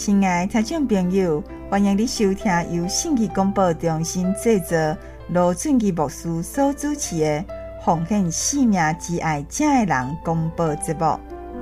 亲爱的听众朋友，欢迎你收听由信息广播中心制作、罗俊基牧师所主持的《奉献生命之爱正的人》广播节目。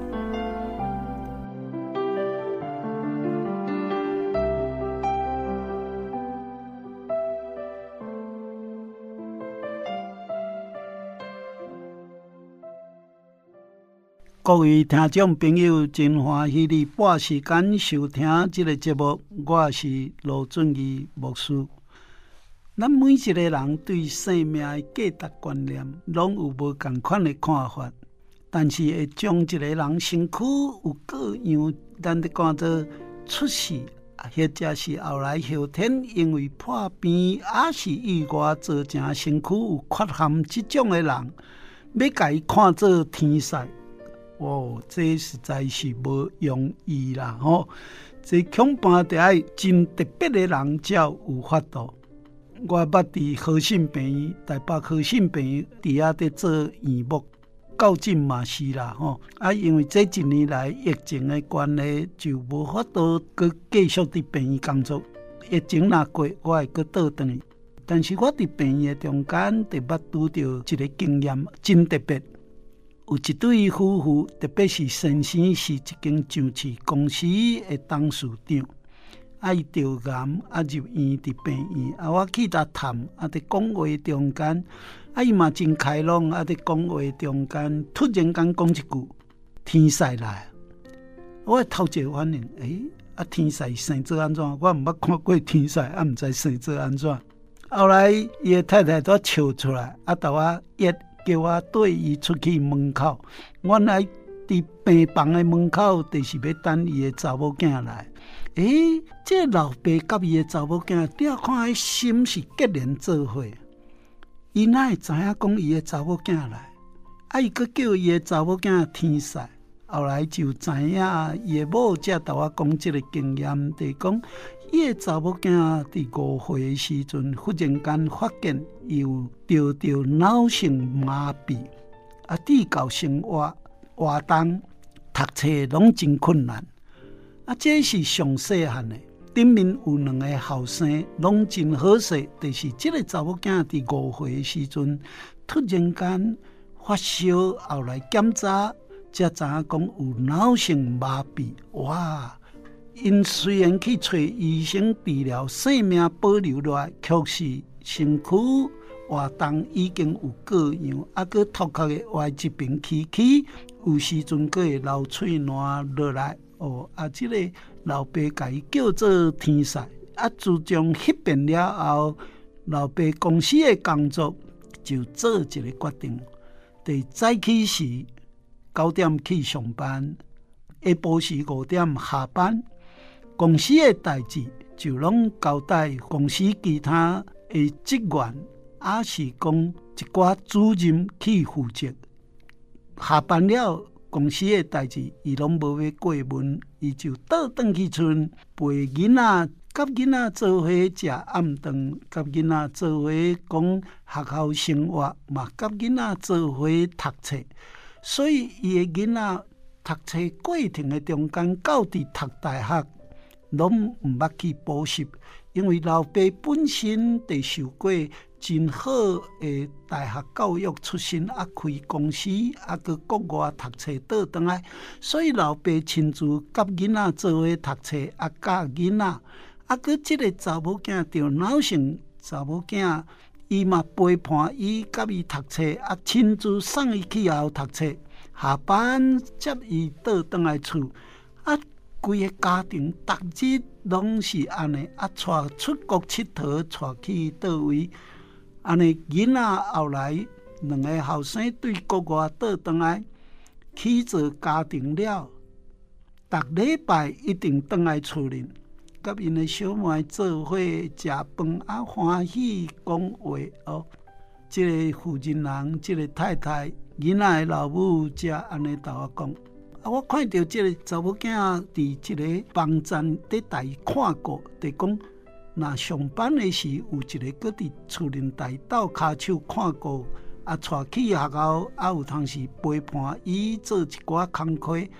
各位听众朋友，真欢喜你拨时间收听这个节目，我是罗俊义牧师。咱每一个人对生命的价值观念，拢有无同款的看法，但是会将一个人身躯有各样，咱得讲做出世，或者是后来后天因为破病，还是意外造成身躯有缺陷这种的人，要甲伊看作天使。这实在是无容易啦！这恐怕得爱真特别的人才有法度。我捌伫和信病院，台北和信病院伫遐伫做义牧，到今嘛是啦因为这一年来疫情的关系，就无法度佮继续伫病院工作。疫情若过，我会佮倒转去。但是我伫病院的中间，就捌拄到一个经验，真特别。有一对夫妇，特别是先生是一间上市公司的董事长，伊得癌，入院伫病院，我去甲探，伫讲话中间，伊嘛真开朗，伫讲话中间，突然间讲一句天使来，我头一个反应，天使生做安怎？我毋捌看过天使，毋知生做安怎。后来伊的太太都笑出来，甲我约。叫我带伊出去门口，原来伫病房的门口，就是要等伊的查某囝来。这老爸甲伊的查某囝，你看伊心是结连做伙。伊哪会知影讲伊的查某囝来？伊阁叫伊的查某囝天使。后来就知影伊的某才甲我讲这个经验，就是讲伊的查某囝伫5岁的时阵，忽然间发现伊有得到脑性麻痹，治到生活活动、读册拢真困难。这是上细汉的，顶面有2个后生，拢真好势。就是这个查某囝伫5岁的时阵，突然间发烧，后来检查。才知影讲有脑性麻痹，因虽然去找医生治疗，性命保留落来，却是身躯活动已经有各样，佮头壳的歪一边起，有时阵佮会流喙烂落来。这个老爸甲伊叫做天使。自从迄遍了后，老爸公司的工作就做一个决定，在早起时。9点去上班，下晡时5点下班。公司的代志就拢交代公司其他的职员，也是讲一寡主任去负责。下班了，公司的代志伊拢无要过问，伊就倒转去厝陪囡仔，甲囡仔做伙食暗顿，甲囡仔做伙讲学校生活，嘛甲囡仔做伙读册。所以，伊的囡仔读册过程的中间，到伫读大学，拢毋捌去补习，因为老爸本身就受过真好的大学教育出身，开公司，佮国外读册倒转来，所以老爸亲自甲囡仔做伙读册，教囡仔，佮即个查某囝着脑性查某囝。伊嘛陪伴伊，甲伊读册，亲自送伊去学校读册。下班接伊倒转来厝，规个家庭逐日拢是安尼，带出国佚佗，带去倒位，安尼囡仔后来2个后生对国外倒转来，起做家庭了，逐礼拜一定转来厝里。甲因的小妹做伙食饭，欢喜讲话这个负责人，这个太太，囡仔的老母才安尼甲我讲。我看到这个查某囝伫这个房站伫台看过，就讲若上班的时有一个搁伫厝里台斗骹手看过，带去学校，有当时陪伴伊做一寡工课。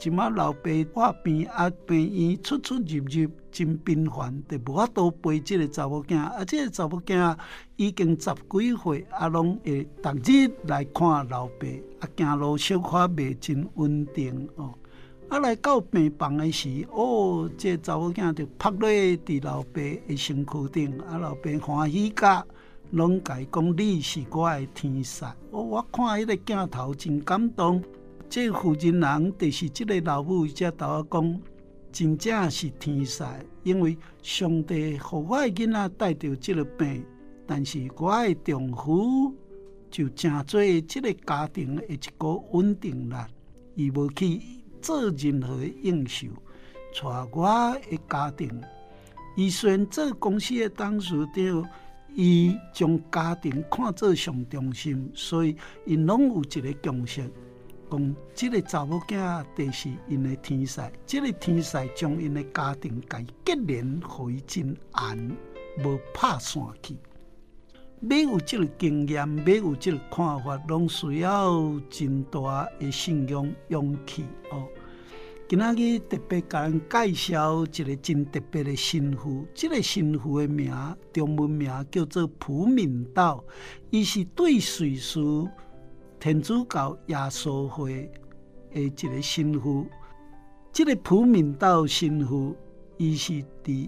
即马老爸破病啊，病院出出入入真频繁，就无法度陪即个查某囝。啊，即个查某囝已经10几岁，啊，拢会逐日来看老爸，啊，行路小可袂真稳定哦。啊，来到病房的时，即个查某囝就趴落伫老爸的身躯顶，啊，老爸欢喜甲，拢甲伊讲你是我的天使。我看迄个镜头真感动。这个负责人就是这个老母，才甲我讲，真正是天使，因为上帝互我的囡仔带着这个病，但是我的丈夫就成做这个家庭的一个稳定力，伊无去做任何的应酬，带我的家庭。伊虽然做公司的董事长，伊将家庭看作上中心，所以因拢有一个共识。讲这个查某囝就是因的天使，这个天使将因的家庭改结连，互伊真安，无拍散去。要有这个经验，要有这个看法，拢需要真大的信仰勇气哦。今仔日特别甲人介绍一个真特别的神父，这个神父的名中文名叫做普敏道，伊是对瑞士天主教耶稣会的一个神父。这个普敏道神父，伊是伫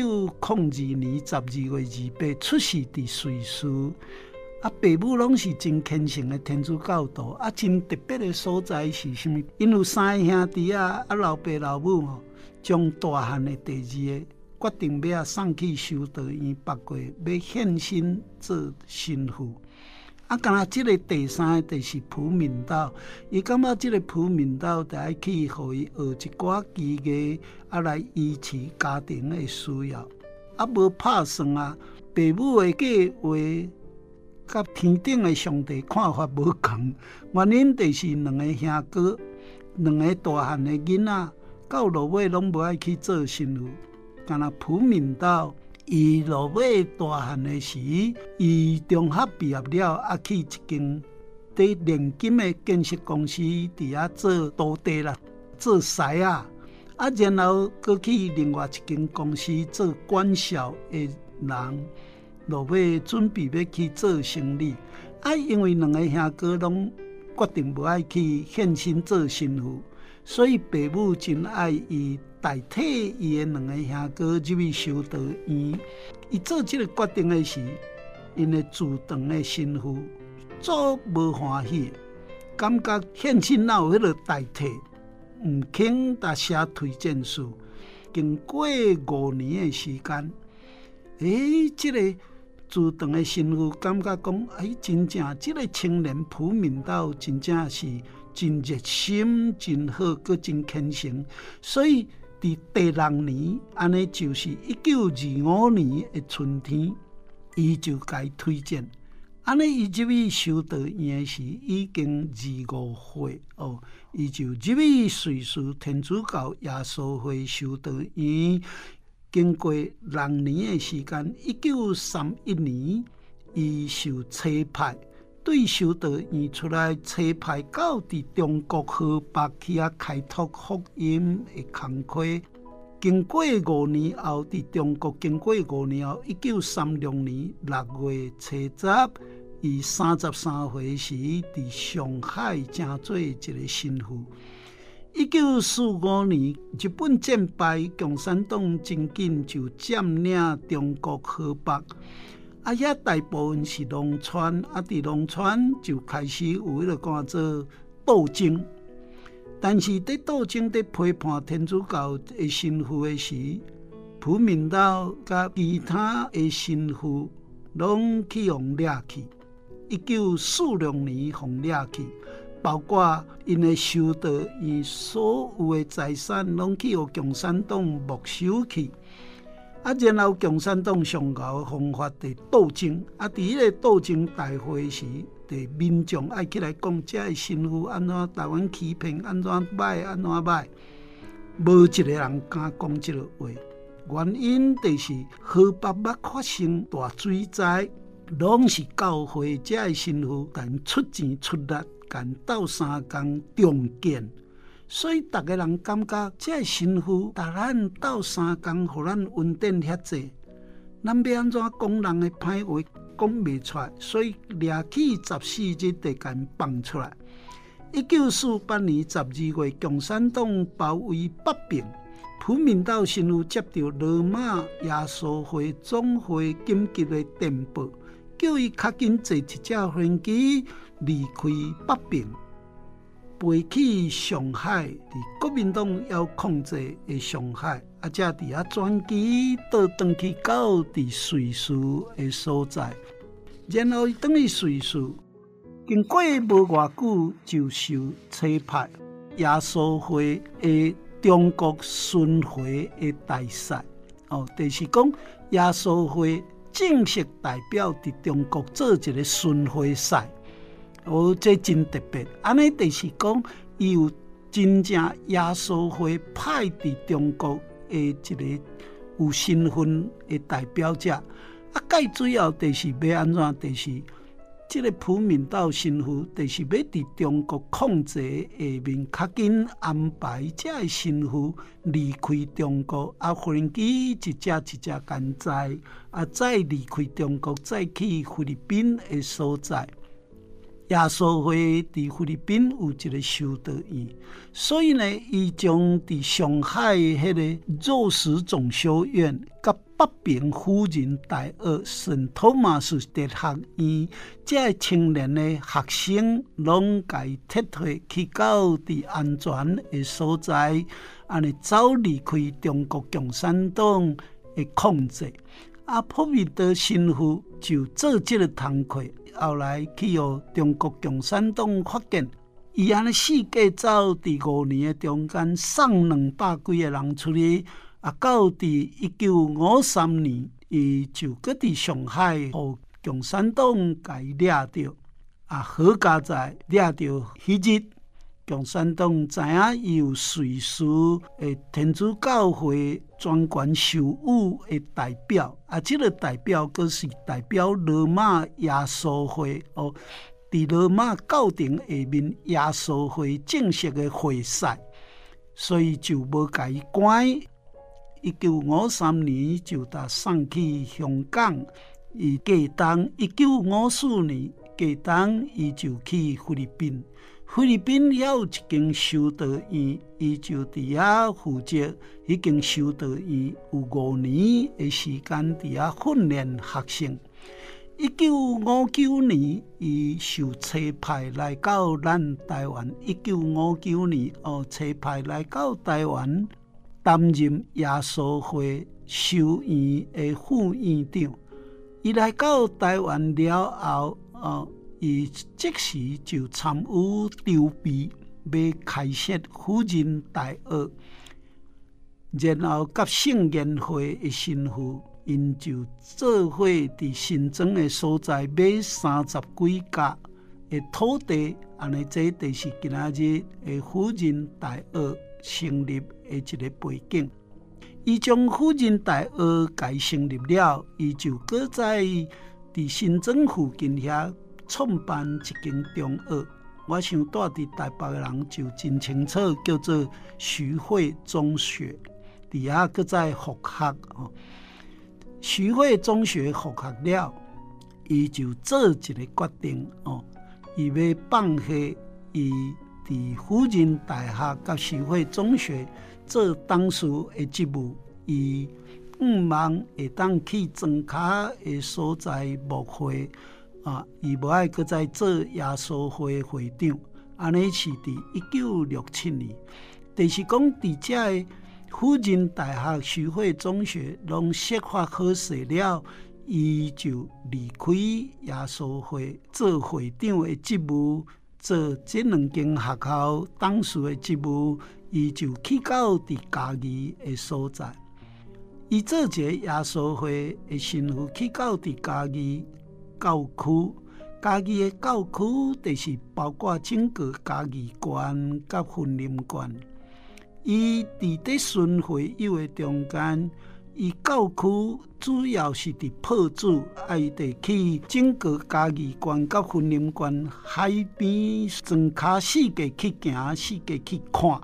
1902年12月28出世伫瑞士。啊，爸母拢是真虔诚的天主教徒。啊，真特别的所在是啥物？因有3个兄弟啊，老爸老母将大汉的第2个决定要送去修道院8月，要献身做神父。啊，敢若这个第3个就是普敏道，伊感觉这个普敏道得爱去，互伊学一寡技艺，啊来维持家庭的需要。啊，无拍算啊，爸母的计划甲天顶的上帝看法无同，原因就是2个兄哥，2个大汉的囡仔，到落尾拢无爱去做神父，敢若普敏道。伊落尾大汉的时，伊中学毕业了，啊去一间在炼金的建设公司伫遐做土地啦，做师啊，啊然后搁去另外一间公司做管销的人，落尾准备要去做生意。啊，因为2个兄哥拢决定无爱去献身做神父，所以爸母真爱伊。代替伊的2个兄哥入去修道院，伊做这个决定的时，因的自堂的神父足无欢喜，感觉献身哪有迄个代替，唔肯打写推荐书。经过5年的时间，这个自堂的神父感觉讲，真正这个青年普敏道真正是真热心、真好，佮真虔诚，所以。伫第6年，安尼就是1925年的春天，伊就甲伊推荐。安尼伊入去修道院时已经25岁哦，伊就入去瑞士天主教耶稣会修道院。经过6年的时间，1931年，伊受差派。对修道院出来差派到伫中国河北去开拓福音的工课。经过5年后，伫中国经过5年后，1936年6月初10，伊33岁时伫上海正做一个神父。1945年，日本战败，共产党真紧就占领中国河北。遐大部分是农村，伫农村就开始有迄个叫做斗争。但是在斗争在批判天主教的神父的时，普敏道甲其他的神父拢去互掠去。1946年互掠去，包括因的修道院所有的财产拢去互共产党没收去。然后共产党上高的方法在斗争，伫迄个斗争大会时，民众爱起来讲，这个神父安怎台湾欺骗，安怎歹，安怎歹，无一个人敢讲这个话。原因就是河北捌发生大水灾，拢是教会这个神父敢出钱出力，敢斗3工重建。 所以逐个人感觉这神父逐咱斗3工，互咱稳定遐济，咱要安怎讲人的歹话讲袂出来，所以掠起14日就甲因放出来。1948年12月，共产党包围北平，普明道神父接到罗马耶稣会总会紧急的电报，叫伊较紧坐一架飞机离开北平，飞去上海，伫国民党要控制的上海，才伫遐转机倒转去到伫瑞士的所在，然后伊转去瑞士。经过无偌久，就受车派耶稣会的中国巡回的大赛。就是讲耶稣会正式代表伫中国做一个巡回赛。这真特别。安尼就是讲，伊有真正耶稣会派伫中国的一个有身份的代表者。介最后就是要安怎？就是这个普明道神父，就是要伫中国控制下面，较紧安排这个神父离开中国，飞机一架一架赶载，再离开中国，再去菲律宾的所在。耶稣会伫菲律宾有一个修道院，所以呢，伊将伫上海迄个肉食总修院、甲北平辅仁大学圣托马斯哲学院，这青年的学生，拢甲伊撤退去到伫安全的所在，安尼早离开中国共产党的控制。普明道神父就做这个堂会。后来去互中国共产党发现，伊安尼四界走伫5年的中间，送200几个人出去，到伫1953年，伊就搁伫上海，互共产党甲伊抓着，好佳在抓着迄日，共产党知影伊有瑞士的天主教会专权授予的代表，这个代表阁是代表罗马耶稣会伫罗马教廷下面耶稣会正式的会赛，所以就无甲伊关。1953年就送去香港，伊隔冬1954年隔冬伊就去菲律宾。菲律宾也有一间修道院，伊就伫遐负责。迄间修道院有5年的时间伫遐训练学生。1959年，伊受车派来到咱台湾。1959年，车派来到台湾，担任耶稣会修院的副院长。伊来到台湾了后，伊即时就参与筹备，要开设辅仁大学，然后甲圣言会的神父，因就做伙伫新庄的所在买30几甲的土地，安尼这就是今仔日的辅仁大学成立的一个背景。伊将辅仁大学改成立了，伊就搁在伫新庄附近遐创办一间中学，我想住伫台北的人就真清楚，叫做徐汇中学。伫遐搁在复学，徐汇中学复学了，伊就做一个决定，伊要放下伊伫辅仁大学甲徐汇中学做董事的职务，伊望会当去庄脚的所在牧会。伊无爱搁再做耶稣会会长，安尼是伫1967年。就是讲，伫遮个辅仁大学、徐汇中学拢设法好势了，伊就离开耶稣会做会长的职务，做这2间学校董事的职务，伊就去到伫嘉义的所在。伊做一个耶稣会的神父，去到伫嘉义教区，嘉义的教区就是包括整个嘉义县甲云林县。伊伫咧巡回游的中间，伊教区主要是伫泡煮，伊得去整个嘉义县甲云林县海边庄脚四界去行，四界去看。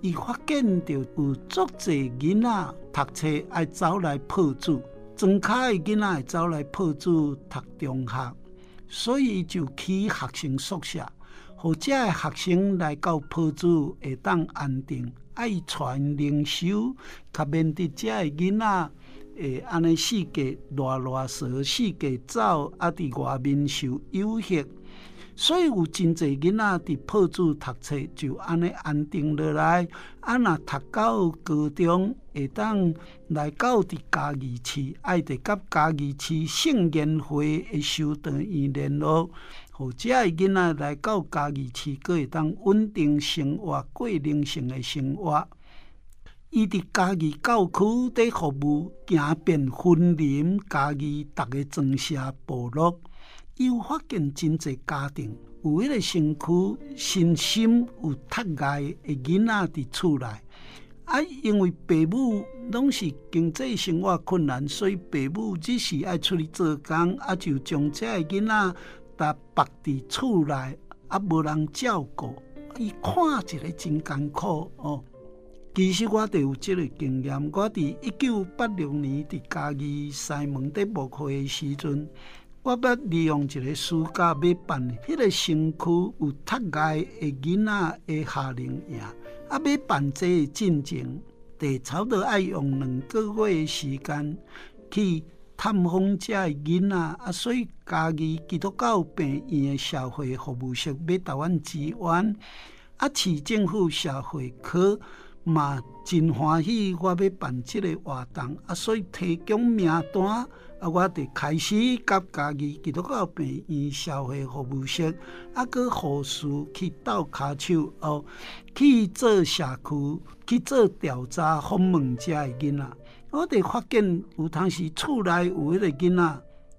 伊发现到有足侪囡仔读册爱走来破主，庄卡的囡仔会走来破主读中学，所以伊就起学生宿舍，互遮的学生来到破主会当安定，爱传灵修，较免得遮的囡仔安尼四界乱踅，四界走，伫外面受诱惑。所以有真侪囡仔伫破主读册，就安尼安定落来。若读到高中，会当来到伫嘉义市，爱得甲嘉义市圣言会的修道院联络，互遮的囡仔来到嘉义市，佫会当稳定生活，过灵性的生活。伊伫嘉义教区伫服务，行遍森林，嘉义逐个庄社部落。伊有发现真侪家庭有迄个身躯身心有脱碍的囡仔伫厝内，因为爸母拢是经济生活困难，所以爸母只是爱出去做工，就将这个囡仔绑伫厝内，无人照顾，伊看一个真艰苦哦。其实我就有这个经验，我伫1986年伫嘉义西门伫牧会的时阵。我要利用一个暑假要办迄个身躯有脱碍的囡仔的夏令营，要办这个进程，差不多要用2个月的时间去探访这个囡仔，所以嘉义基督教病院的社会服务室要台湾支援，市政府社会科嘛真欢喜我要办这个活动，所以提供名单。我就开始甲嘉义基督教病院社会服务室，佮护士去斗骹手去做社区，去做调查访问遮的囡仔。我就发现有当时厝内有迄个囡仔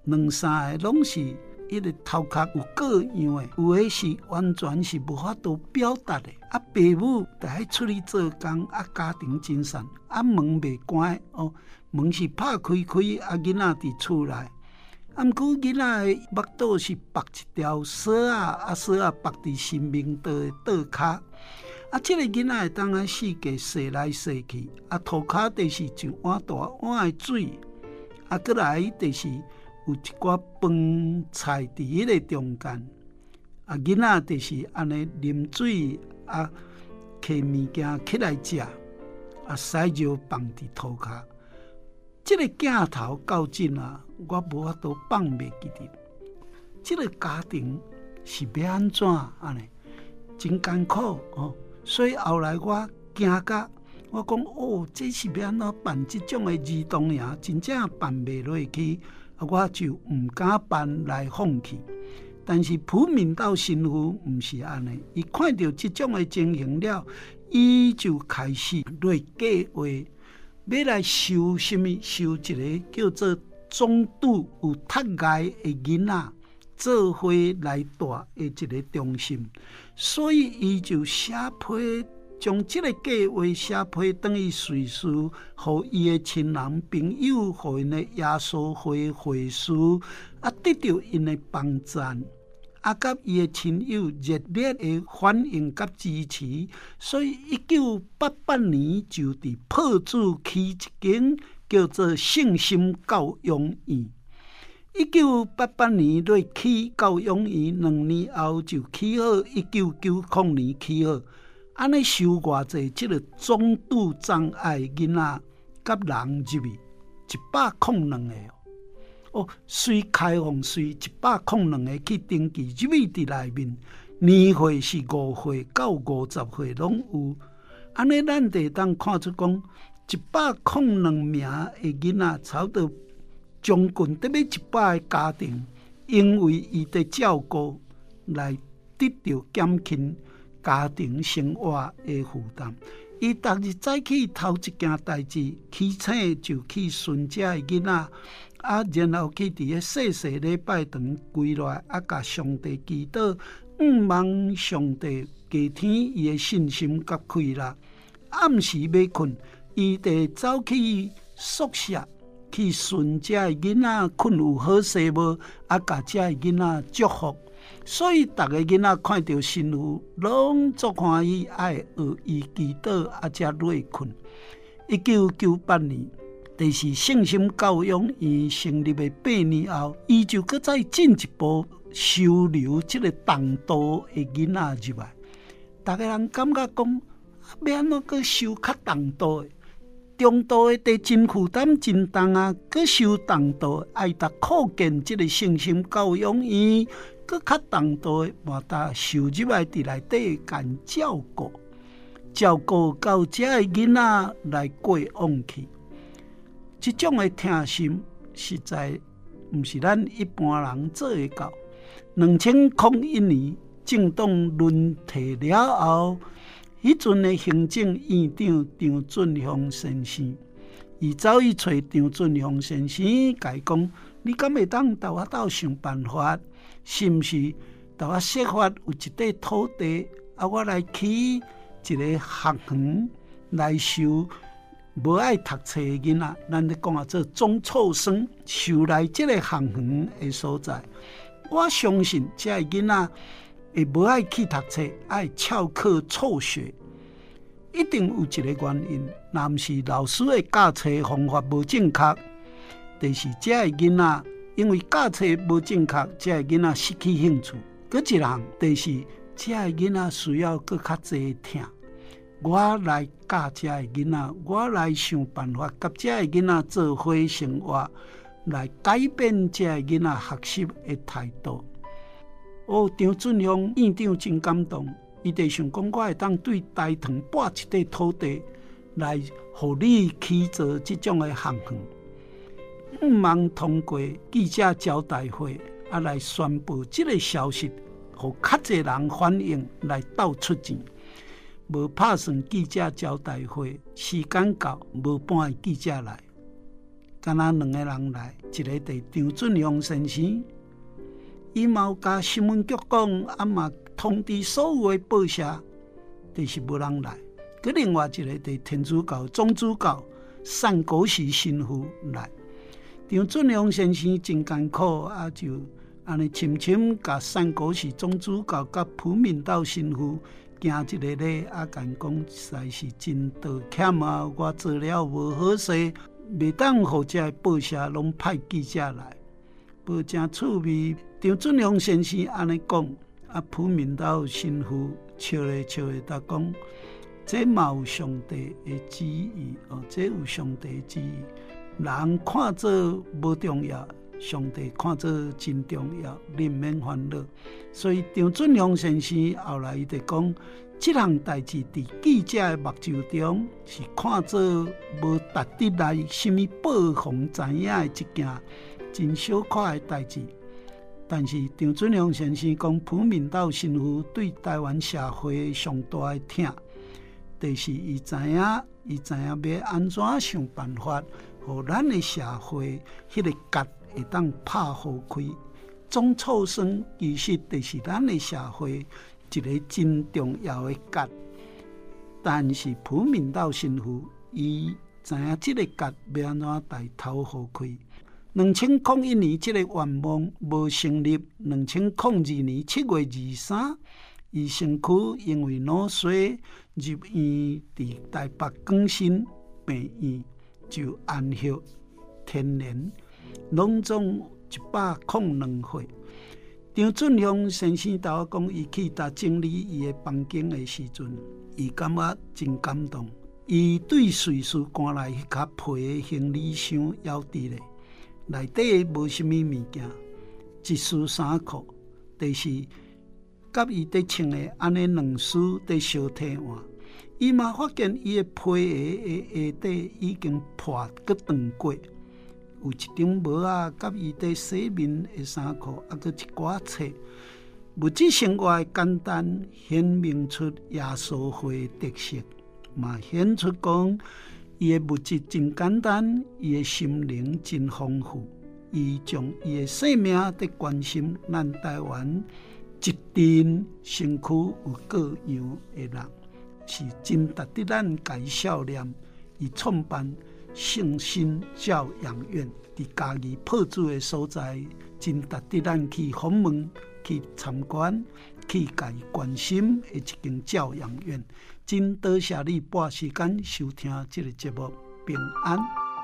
2-3个拢是迄个头壳有各样的，有的是完全是无法度表达的。爸母就爱出去做工，家庭真散，门袂关门是拍开，囡仔伫厝内。毋过囡仔的目肚是绑一条绳绳绑伫生命道的倒骹。这个囡仔会当四界踅来踅去，涂骹就是一碗大碗的水，过来就是有一寡饭菜伫迄个中间。囡仔就是安尼啉水摕物件起来食，屎尿放伫涂骹。这个镜头到真我无法度放袂记得。这个家庭是要安怎安尼？真艰苦所以后来我惊甲，我讲这是要安怎办这种的儿童营？真正办袂落去，我就唔敢办来放弃。但是普明道神父唔是安尼，伊看到这种的情形了，伊就开始来计划。要来收什么？收一个叫做中度有脱碍的囡仔，做伙来带的一个中心。所以伊就写批，将这个计划写批，等于随时，互伊的亲人朋友，互因的耶稣会会士，得到因的帮赞。甲伊的亲友热烈的欢迎甲支持，所以1988年就伫破主起一间叫做圣心教养院。1988年落起教养院，2年后就起好，1990年起好。安尼收偌济即个中度障碍囡仔甲人入去，102个。随开放随102个去登记入去伫内面，年岁是5岁到50岁拢有。安尼咱就当看出讲，102名的囡仔，差不多将近得要100个家庭，因为伊的照顾来得到减轻家庭生活的负担。伊逐日早起头一件代志，起醒就去巡遮的囡仔。然后去伫个细细礼拜堂跪落，甲上帝祈祷，望上帝加添伊的信心甲快乐。暗时要困，伊就走去宿舍去巡遮的囡仔困有好势无，甲遮的囡仔祝福。 所以逐个囡仔看到新妇，拢足欢喜，爱学伊祈祷，才落困。1998年，就是圣心教养院成立的8年后，伊就搁再进一步收留这个重度的囡仔入来。大家人感觉讲，要安怎搁收较重度的？中度的地震负担真重啊，搁收重度的，爱达扩建这个圣心教养院，搁较重度的，嘛达收入来伫内底干照顾到这个囡仔来过往去。这种的疼心，实在毋是咱一般人做会到。2001年政党轮替了后，迄阵的行政院长张俊雄先生，伊走去找张俊雄先生，甲伊讲：你敢会当甲我斗想办法？是毋是甲我设法有一块土地，我来起一个学园来收无爱读册的囡仔？咱咧讲做中辍生，收来这个学园的所在。我相信这个囡仔会无爱去读册，爱翘课辍学，一定有一个原因。若毋是老师的教册方法无正确，就是这个囡仔因为教册无正确，这个囡仔失去兴趣。搁一项就是这个囡仔需要搁较济听。我来教这个囡仔，我来想办法甲这个囡仔做伙生活，来改变这个囡仔学习的态度。张俊雄院长真感动，伊就想讲，我会当对大塘拨一块土地来，互你起做这种的学园。忙通过记者招待会，来宣布这个消息，互较侪人反映来斗出钱。无拍算记者招待会，时间到，无半个记者来，敢若2个人来，一个就是张俊雄先生。伊嘛有甲新闻局讲，嘛通知所有的报社，就是无人来。佮另外一个就是天主教总主教单国时神父来。张俊雄先生真艰苦，就安尼深深甲单国时总主教甲普明道神父行一个礼，甲讲实在是真道歉啊！我做了无好势，袂当互这报社拢派记者来，无真趣味。张俊雄先生安尼讲，普明道神父笑咧，他讲：这嘛有上帝的旨意这有上帝的旨意。人看做无重要，上帝看做真重要，你毋免烦恼。所以张俊雄先生后来伊就讲，这项代志伫记者的目睭中是看做无值得来什么报防知影的一件真小可的代志。但是张俊雄先生讲，普明道神父对台湾社会上大的疼，就是伊知影要安怎想办法，互咱的社会迄个结会当拍好开。中辍生其实就是咱的社会一个真重要的结，但是普明道神父伊知影这个结要安怎带头好开。2001年这个愿望无成立，2002年7月23日，伊身躯因为脑髓入院，伫台北更新病院就安息天年，拢总102岁。张俊雄先生甲我讲，伊去搭整理伊的房间的时阵，伊感觉真感动。伊对随时赶来迄卡皮的行李箱摇伫咧。内底无什么物件，一丝衫裤，就是甲伊伫穿的安尼2丝伫相替换。伊嘛发现伊的皮下底已经破佮断过，有一张帽仔，甲伊伫洗面的衫裤，佮一寡册。物质生活的简单，显明出耶稣会的特色，嘛显出讲。伊的物质真简单，伊的心灵真丰富。伊将伊的生命伫关心咱台湾一阵身躯有各样的人，是真值得咱家孝念。伊创办圣心教养院，伫嘉义朴子的所在真值得咱去访问、去参观、去家关心的一间教养院。真多谢你拨时间收听这个节目，平安。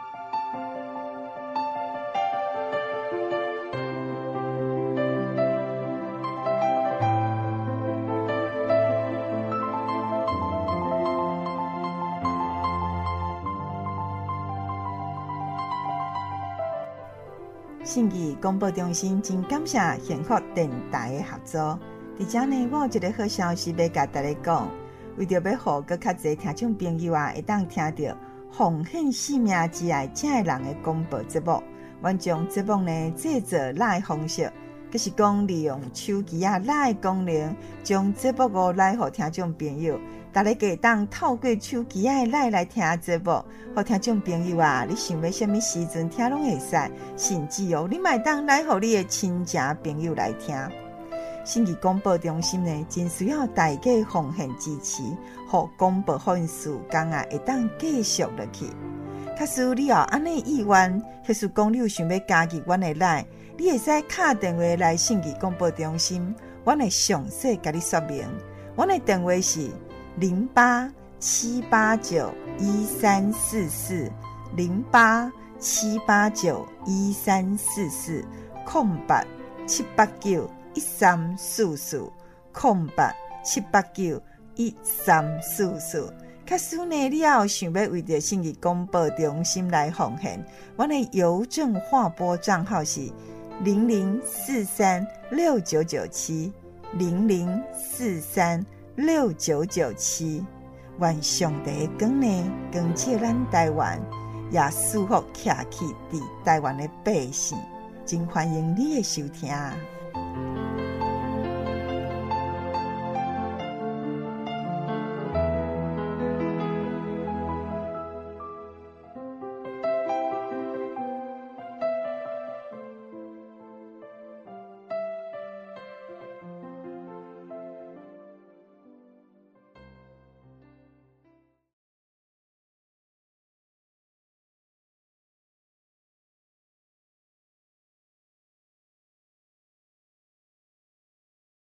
信义广播中心真感谢幸福电台的合作。伫遮呢，我有一个好消息要甲大家讲，为着要互搁较侪听众朋友会当听到奉献生命之爱正的人的广播节目，阮将节目呢制作live方式，就是讲利用手机live功能，将节目live互听众朋友。大家可当透过手机live来听节目，互听众朋友你想要什么时阵听拢会使，甚至你嘛当来互你的亲情朋友来听。信义广播中心呢，真需要大家奉献支持，互广播福音事工会当继续落去。假使你有安尼意愿，或是讲你有想要加入阮的来，你会使打电话来信义广播中心，阮会详细甲你说明。阮的电话是0878931344，0878911344，0878911344。假使呢，你也有想要为着信义广播中心来奉献，阮的邮政划拨账号是00436997，00436997。愿上帝的光呢，光照咱台湾，也祝福徛起伫台湾的百姓。真欢迎你的收听。